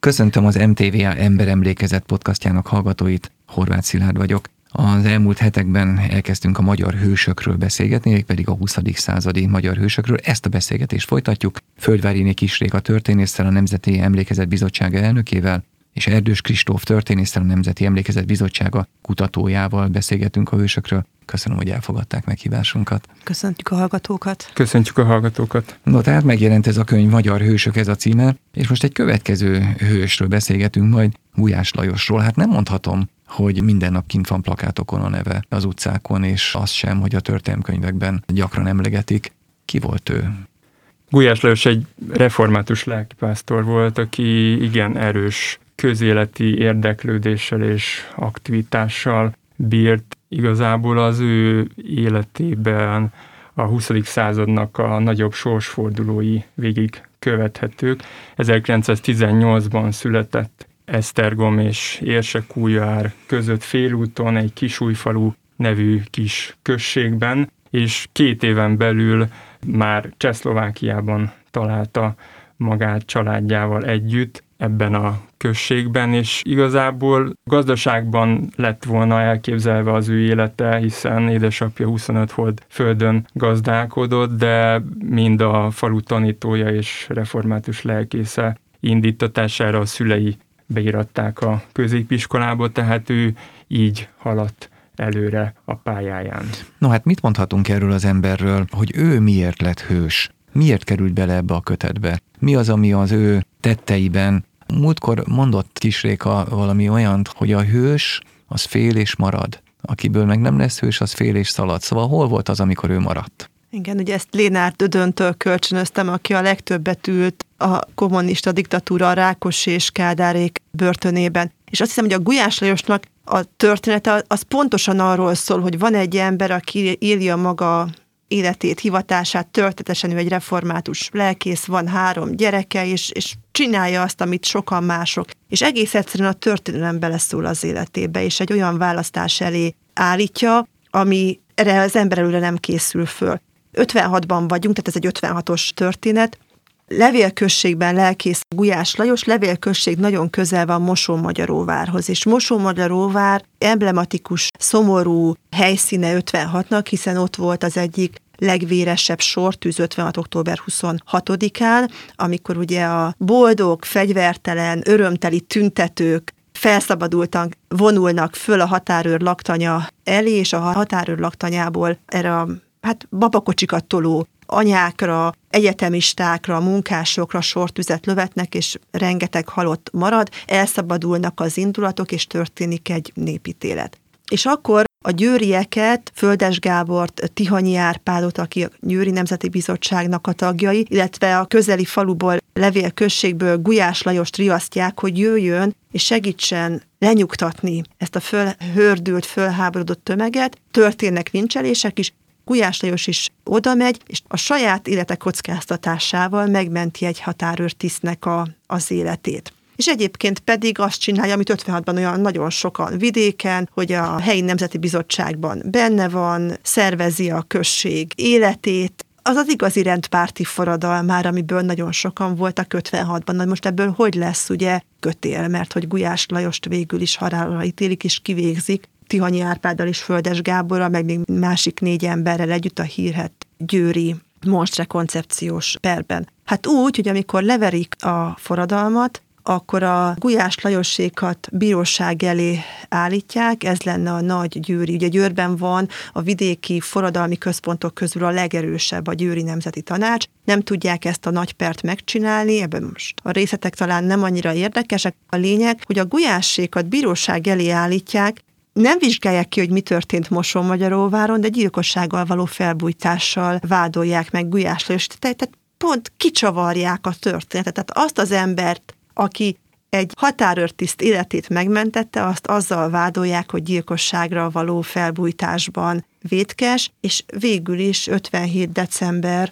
Köszöntöm az MTVA Emberemlékezet podcastjának hallgatóit, Horváth Szilárd vagyok. Az elmúlt hetekben elkezdtünk a magyar hősökről beszélgetni, mégpedig a 20. századi magyar hősökről. Ezt a beszélgetést folytatjuk. Földváriné Kis Réka történésszel, a Nemzeti Emlékezet Bizottsága elnökével, és Erdős Kristóf történésszel, a Nemzeti Emlékezet Bizottsága kutatójával beszélgetünk a hősökről. Köszönöm, hogy elfogadták meghívásunkat. Köszöntjük a hallgatókat. Köszöntjük a hallgatókat. No, tehát megjelent ez a könyv, Magyar hősök, ez a címe, és most egy következő hősről beszélgetünk majd, Gulyás Lajosról. Hát nem mondhatom, hogy minden nap kint van plakátokon a neve az utcákon, és az sem, hogy a történelemkönyvekben gyakran emlegetik. Ki volt ő? Gulyás Lajos egy református lelkipásztor volt, aki igen erős közéleti érdeklődéssel és aktivitással bírt. Igazából az ő életében a 20. századnak a nagyobb sorsfordulói végig követhetők. 1918-ban született Esztergom és Érsekújvár között félúton egy Kisújfalu nevű kis községben, és 2 éven belül már Csehszlovákiában találta magát családjával együtt ebben a községben, és igazából gazdaságban lett volna elképzelve az ő élete, hiszen édesapja 25 hold földön gazdálkodott, de mind a falu tanítója és református lelkésze indítatására a szülei beiratták a középiskolába, tehát ő így haladt előre a pályáján. No hát mit mondhatunk erről az emberről, hogy ő miért lett hős? Miért került bele ebbe a kötetbe? Mi az, ami az ő tetteiben? Múltkor mondott Kis Réka valami olyant, hogy a hős az fél és marad. Akiből meg nem lesz hős, az fél és szalad. Szóval hol volt az, amikor ő maradt? Igen, ugye ezt Lénárd Dödöntől kölcsönöztem, aki a legtöbbet ült a kommunista diktatúra, a Rákosi és Kádárék börtönében. És azt hiszem, hogy a Gulyás Lajosnak a története az pontosan arról szól, hogy van egy ember, aki éli a maga életét, hivatását, történetesen ő egy református lelkész, van 3 gyereke, és csinálja azt, amit sokan mások. És egész egyszerűen a történelem beleszól az életébe, és egy olyan választás elé állítja, ami erre az ember előre nem készül föl. 56-ban vagyunk, tehát ez egy 56-os történet. Levélközségben lelkész Gulyás Lajos, Levélközség nagyon közel van Mosonmagyaróvárhoz, és Mosonmagyaróvár emblematikus, szomorú helyszíne 56-nak, hiszen ott volt az egyik legvéresebb sortűz 56. október 26-án, amikor ugye a boldog, fegyvertelen, örömteli tüntetők felszabadultan vonulnak föl a határőr laktanya elé, és a határőr laktanyából erre a babakocsikat toló anyákra, egyetemistákra, munkásokra sortüzet lövetnek, és rengeteg halott marad, elszabadulnak az indulatok, és történik egy népítélet. És akkor a győrieket, Földes Gábort, Tihanyi Árpádot, aki a Győri Nemzeti Bizottságnak a tagjai, illetve a közeli faluból, Levélközségből Gulyás Lajost riasztják, hogy jöjjön és segítsen lenyugtatni ezt a fölhördült, fölháborodott tömeget. Történnek lincselések is, Gulyás Lajos is oda megy, és a saját élete kockáztatásával megmenti egy határőrtisztnek az életét. És egyébként pedig azt csinálja, amit 56-ban olyan nagyon sokan vidéken, hogy a helyi nemzeti bizottságban benne van, szervezi a község életét, az igazi rendpárti forradalmára, amiből nagyon sokan voltak 56-ban. Na most ebből hogy lesz ugye kötél, mert hogy Gulyás Lajost végül is halálra ítélik és kivégzik, Tihanyi Árpáddal és Földes Gáborral, meg még másik 4 emberrel együtt a hírhedt győri monstre koncepciós perben. Hát úgy, hogy amikor leverik a forradalmat, akkor a Gulyás Lajosékat bíróság elé állítják, ez lenne a nagy győri. Ugye Győrben van a vidéki forradalmi központok közül a legerősebb, a Győri Nemzeti Tanács. Nem tudják ezt a nagy pert megcsinálni, ebben most a részletek talán nem annyira érdekesek. A lényeg, hogy a Gulyásékat bíróság elé állítják, nem vizsgálják ki, hogy mi történt Mosonmagyaróváron, de gyilkossággal való felbujtással vádolják meg Gulyás Lajost. Tehát pont kicsavarják a történetet. Tehát azt az embert, aki egy határőrtiszt életét megmentette, azt azzal vádolják, hogy gyilkosságra való felbujtásban vétkes, és végül is 57. december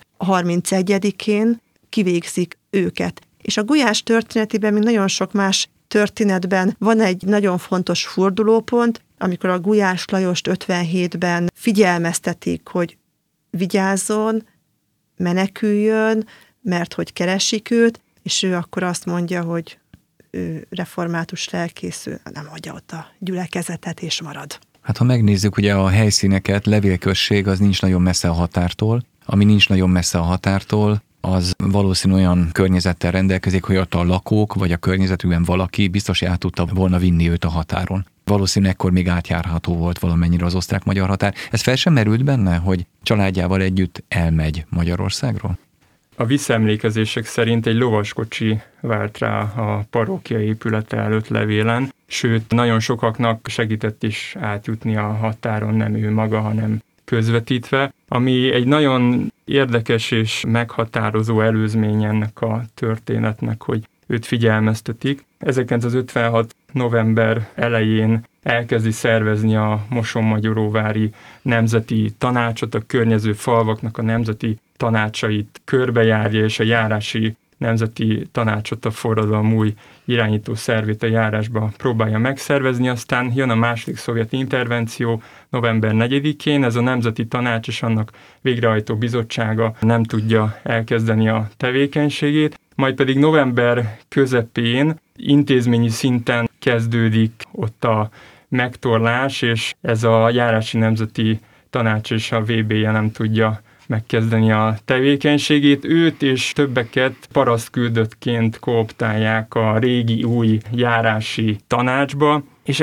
31-én kivégzik őket. És a Gulyás történetében, mint nagyon sok más történetben van egy nagyon fontos fordulópont, amikor a Gulyás Lajost 57-ben figyelmeztetik, hogy vigyázzon, meneküljön, mert hogy keresik őt, és ő akkor azt mondja, hogy ő református lelkész, ő nem hagyja ott a gyülekezetet, és marad. Hát ha megnézzük ugye a helyszíneket, levélközség az nincs nagyon messze a határtól, ami nincs nagyon messze a határtól, az valószínű olyan környezettel rendelkezik, hogy ott a lakók, vagy a környezetükben valaki biztos át tudta volna vinni őt a határon. Valószínűleg ekkor még átjárható volt valamennyire az osztrák-magyar határ. Ez fel sem merült benne, hogy családjával együtt elmegy Magyarországról? A visszaemlékezések szerint egy lovaskocsi várt rá a parókia épülete előtt levélen, sőt, nagyon sokaknak segített is átjutni a határon, nem ő maga, hanem közvetítve, ami egy nagyon érdekes és meghatározó előzmény ennek a történetnek, hogy őt figyelmeztetik. 1956. november elején elkezdi szervezni a Mosonmagyaróvári Nemzeti Tanácsot, a környező falvaknak a nemzeti tanácsait körbejárja, és a járási nemzeti tanácsot, a forradalom új irányító szervét a járásba próbálja megszervezni, aztán jön a második szovjet intervenció november 4-én, ez a nemzeti tanács és annak végrehajtó bizottsága nem tudja elkezdeni a tevékenységét, majd pedig november közepén intézményi szinten kezdődik ott a megtorlás, és ez a járási nemzeti tanács és a VB-je nem tudja megkezdeni a tevékenységét. Őt és többeket parasztküldöttként kooptálják a régi új járási tanácsba, és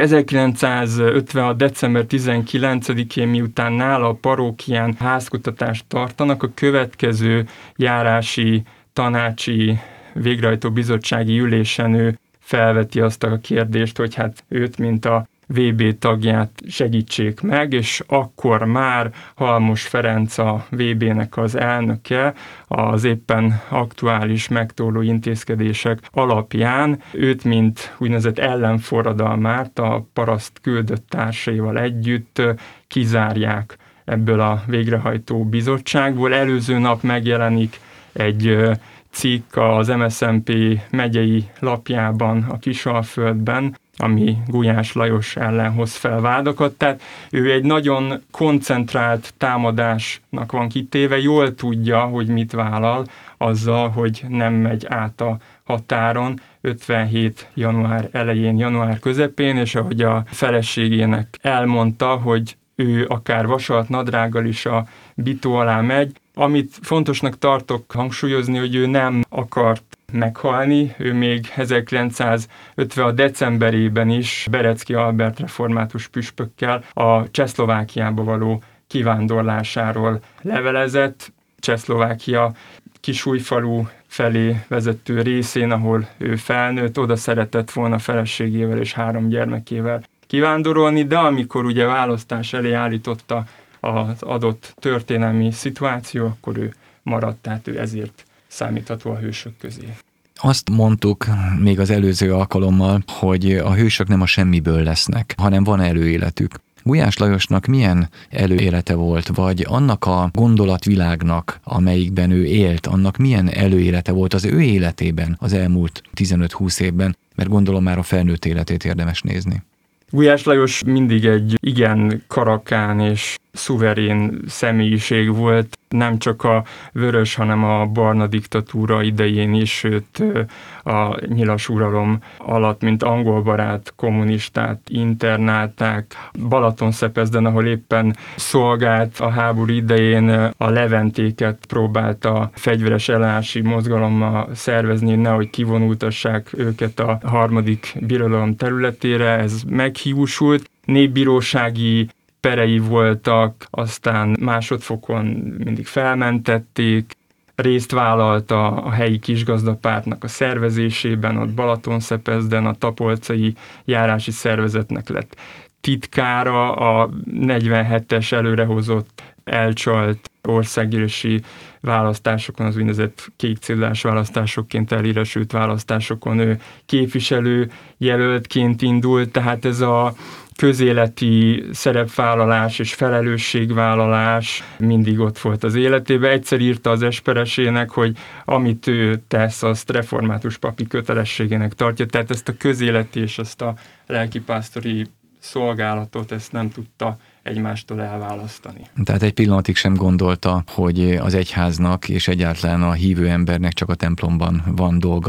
1956. december 19-én, miután nála a parókián házkutatást tartanak, a következő járási tanácsi végrehajtó bizottsági ülésen ő felveti azt a kérdést, hogy hát őt, mint a VB tagját segítsék meg, és akkor már Halmos Ferenc, a VB-nek az elnöke, az éppen aktuális megtorló intézkedések alapján őt, mint úgynevezett ellenforradalmárt a paraszt küldött társaival együtt kizárják ebből a végrehajtó bizottságból. Előző nap megjelenik egy cikk az MSZNP megyei lapjában, a Kisalföldben, ami Gulyás Lajos ellen hoz fel vádakat. Tehát ő egy nagyon koncentrált támadásnak van kitéve, jól tudja, hogy mit vállal azzal, hogy nem megy át a határon 57. január elején, január közepén, és ahogy a feleségének elmondta, hogy ő akár vasalt nadrággal is a bitó alá megy. Amit fontosnak tartok hangsúlyozni, hogy ő nem akart meghalni, ő még 1956. decemberében is Berecki Albert református püspökkel a Csehszlovákiába való kivándorlásáról levelezett. Csehszlovákia Kisújfalu felé vezető részén, ahol ő felnőtt, oda szeretett volna feleségével és 3 gyermekével kivándorolni, de amikor ugye választás elé állította az adott történelmi szituáció, akkor ő maradt, tehát ő ezért számítható a hősök közé. Azt mondtuk még az előző alkalommal, hogy a hősök nem a semmiből lesznek, hanem van előéletük. Gulyás Lajosnak milyen előélete volt, vagy annak a gondolatvilágnak, amelyikben ő élt, annak milyen előélete volt az ő életében az elmúlt 15-20 évben, mert gondolom már a felnőtt életét érdemes nézni. Gulyás Lajos mindig egy igen karakán és szuverén személyiség volt, nem csak a vörös, hanem a barna diktatúra idején is, sőt a nyilas uralom alatt, mint angolbarát kommunistát internálták. Balatonszepezden, ahol éppen szolgált a háború idején, a leventéket próbálta fegyveres ellenállási mozgalommal szervezni, nehogy kivonultassák őket a harmadik birodalom területére. Ez meghiúsult. Népbírósági perei voltak, aztán másodfokon mindig felmentették, részt vállalt a helyi kisgazdapártnak a szervezésében, ott Balatonszepezden a tapolcai járási szervezetnek lett titkára, a 47-es előrehozott, elcsalt országgyűlési választásokon, az úgynevezett kék cédulás választásokként elhíresült választásokon ő képviselő jelöltként indult, tehát ez a közéleti szerepvállalás és felelősségvállalás mindig ott volt az életében. Egyszer írta az esperesének, hogy amit ő tesz, azt református papi kötelességének tartja, tehát ezt a közéleti és ezt a lelkipásztori szolgálatot, ezt nem tudta egymástól elválasztani. Tehát egy pillanatig sem gondolta, hogy az egyháznak és egyáltalán a hívő embernek csak a templomban van dolga,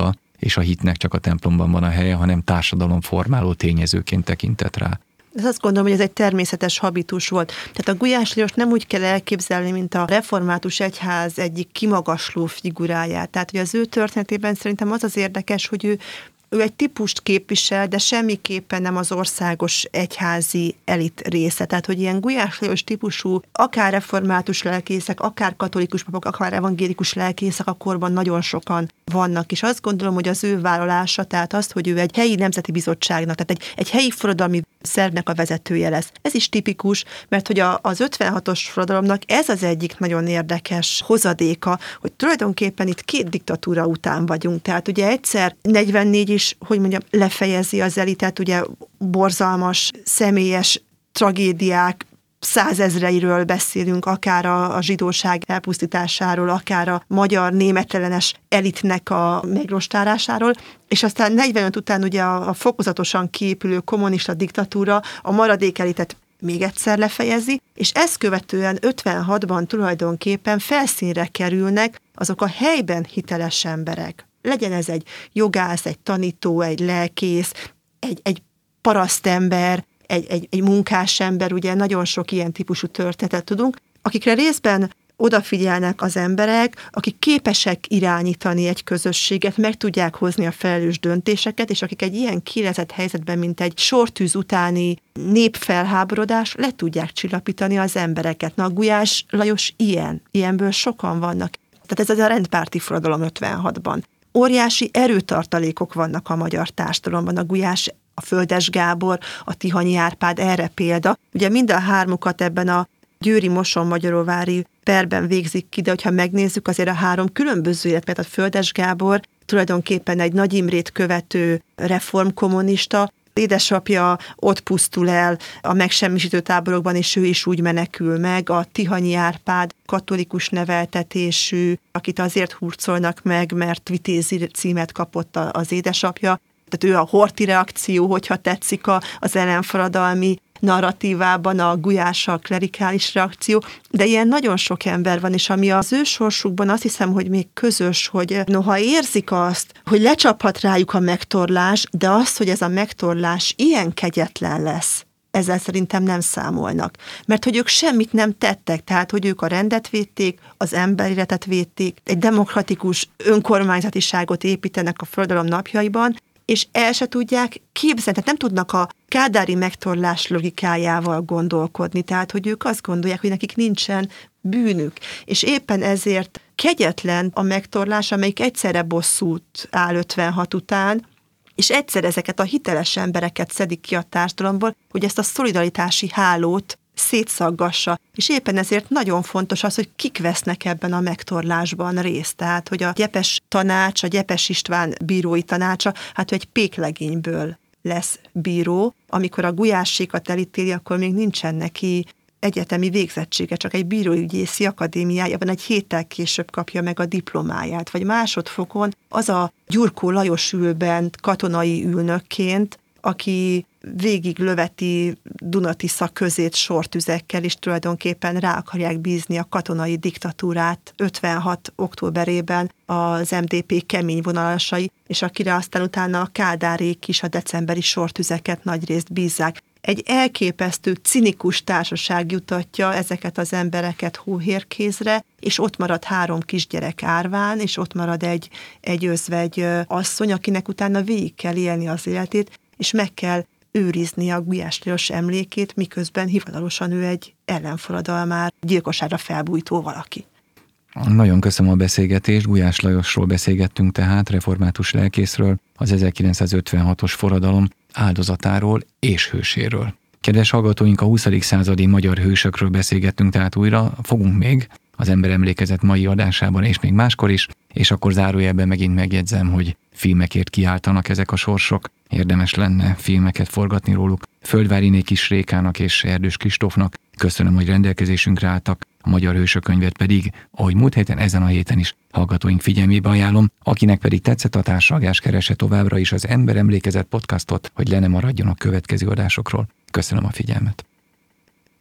és a hitnek csak a templomban van a helye, hanem társadalomformáló tényezőként tekintett rá. Ez azt gondolom, hogy ez egy természetes habitus volt. Tehát a Gulyás Lajost nem úgy kell elképzelni, mint a református egyház egyik kimagasló figuráját. Tehát, hogy az ő történetében szerintem az az érdekes, hogy ő egy típust képvisel, de semmiképpen nem az országos egyházi elit része. Tehát, hogy ilyen Gulyás Lajos típusú, akár református lelkészek, akár katolikus papok, akár evangélikus lelkészek a korban nagyon sokan vannak. És azt gondolom, hogy az ő vállalása, tehát azt, hogy ő egy helyi nemzeti bizottságnak, tehát egy helyi forradalmi szervnek a vezetője lesz. Ez is tipikus, mert hogy az 56-os forradalomnak ez az egyik nagyon érdekes hozadéka, hogy tulajdonképpen itt 2 diktatúra után vagyunk. Tehát ugye egyszer 44 is, hogy mondjam, lefejezi az elitet, ugye borzalmas, személyes tragédiák, 100 000-ről beszélünk, akár a zsidóság elpusztításáról, akár a magyar németellenes elitnek a megrostálásáról, és aztán 45 után ugye a fokozatosan kiépülő kommunista diktatúra a maradék elitet még egyszer lefejezi, és ezt követően 56-ban tulajdonképpen felszínre kerülnek azok a helyben hiteles emberek. Legyen ez egy jogász, egy tanító, egy lelkész, egy parasztember, egy munkásember, ugye nagyon sok ilyen típusú történetet tudunk, akikre részben odafigyelnek az emberek, akik képesek irányítani egy közösséget, meg tudják hozni a felelős döntéseket, és akik egy ilyen kiélezett helyzetben, mint egy sortűz utáni népfelháborodás, le tudják csillapítani az embereket. Na, a Gulyás Lajos ilyenből sokan vannak. Tehát ez a rendpárti forradalom 56-ban. Óriási erőtartalékok vannak a magyar társadalomban, a Gulyás, a Földes Gábor, a Tihanyi Árpád erre példa. Ugye mind a hármukat ebben a győri Moson-Magyaróvári perben végzik ki, de hogyha megnézzük, azért a 3 különböző élet, mert a Földes Gábor tulajdonképpen egy Nagy Imrét követő reformkommunista, édesapja ott pusztul el a megsemmisítő táborokban, és ő is úgy menekül meg. A Tihanyi Árpád katolikus neveltetésű, akit azért hurcolnak meg, mert vitézi címet kapott az édesapja. Tehát ő a Horthy reakció, hogyha tetszik az ellenforradalmi narratívában, a Gulyás a klerikális reakció, de ilyen nagyon sok ember van, és ami az ő sorsukban azt hiszem, hogy még közös, hogy noha érzik azt, hogy lecsaphat rájuk a megtorlás, de azt, hogy ez a megtorlás ilyen kegyetlen lesz, ezzel szerintem nem számolnak. Mert hogy ők semmit nem tettek, tehát hogy ők a rendet védték, az emberéletet védték, egy demokratikus önkormányzatiságot építenek a forradalom napjaiban, és el se tudják képzelni, tehát nem tudnak a kádári megtorlás logikájával gondolkodni, tehát hogy ők azt gondolják, hogy nekik nincsen bűnük. És éppen ezért kegyetlen a megtorlás, amelyik egyszerre bosszút áll 56 után, és egyszer ezeket a hiteles embereket szedik ki a társadalomból, hogy ezt a szolidaritási hálót szétszaggassa. És éppen ezért nagyon fontos az, hogy kik vesznek ebben a megtorlásban részt. Tehát, hogy a Gyepes tanács, a Gyepes István bírói tanácsa, hát hogy egy péklegényből lesz bíró. Amikor a Gulyásékat elítéli, akkor még nincsen neki egyetemi végzettsége, csak egy bíróügyészi akadémiájában egy héttel később kapja meg a diplomáját. Vagy másodfokon az a Gyurkó Lajos ül bent katonai ülnökként, aki végig löveti Dunatisza közét sortüzekkel, és tulajdonképpen rá akarják bízni a katonai diktatúrát 56. októberében az MDP kemény vonalasai, és akire aztán utána a Kádárék is a decemberi sortüzeket nagyrészt bízzák. Egy elképesztő, cinikus társaság jutatja ezeket az embereket hóhérkézre, és ott marad 3 kisgyerek árván, és ott marad egy özvegy asszony, akinek utána végig kell élni az életét, és meg kell őrizni a Gulyás Lajos emlékét, miközben hivatalosan ő egy ellenforradalmár, gyilkosságra felbújtó valaki. Nagyon köszönöm a beszélgetést. Gulyás Lajosról beszélgettünk tehát, református lelkészről, az 1956-os forradalom áldozatáról és hőséről. Kedves hallgatóink, a 20. századi magyar hősökről beszélgettünk tehát újra, fogunk még az Emberemlékezet mai adásában, és még máskor is, és akkor zárójelben megint megjegyzem, hogy filmekért kiáltanak ezek a sorsok, érdemes lenne filmeket forgatni róluk. Földváriné Kis Rékának és Erdős Kristófnak köszönöm, hogy rendelkezésünkre álltak, a Magyar Hősök könyvet pedig, ahogy múlt héten, ezen a héten is hallgatóink figyelmébe ajánlom, akinek pedig tetszett a társalgás, keresse továbbra is az Emberemlékezet podcastot, hogy le ne maradjon a következő adásokról. Köszönöm a figyelmet!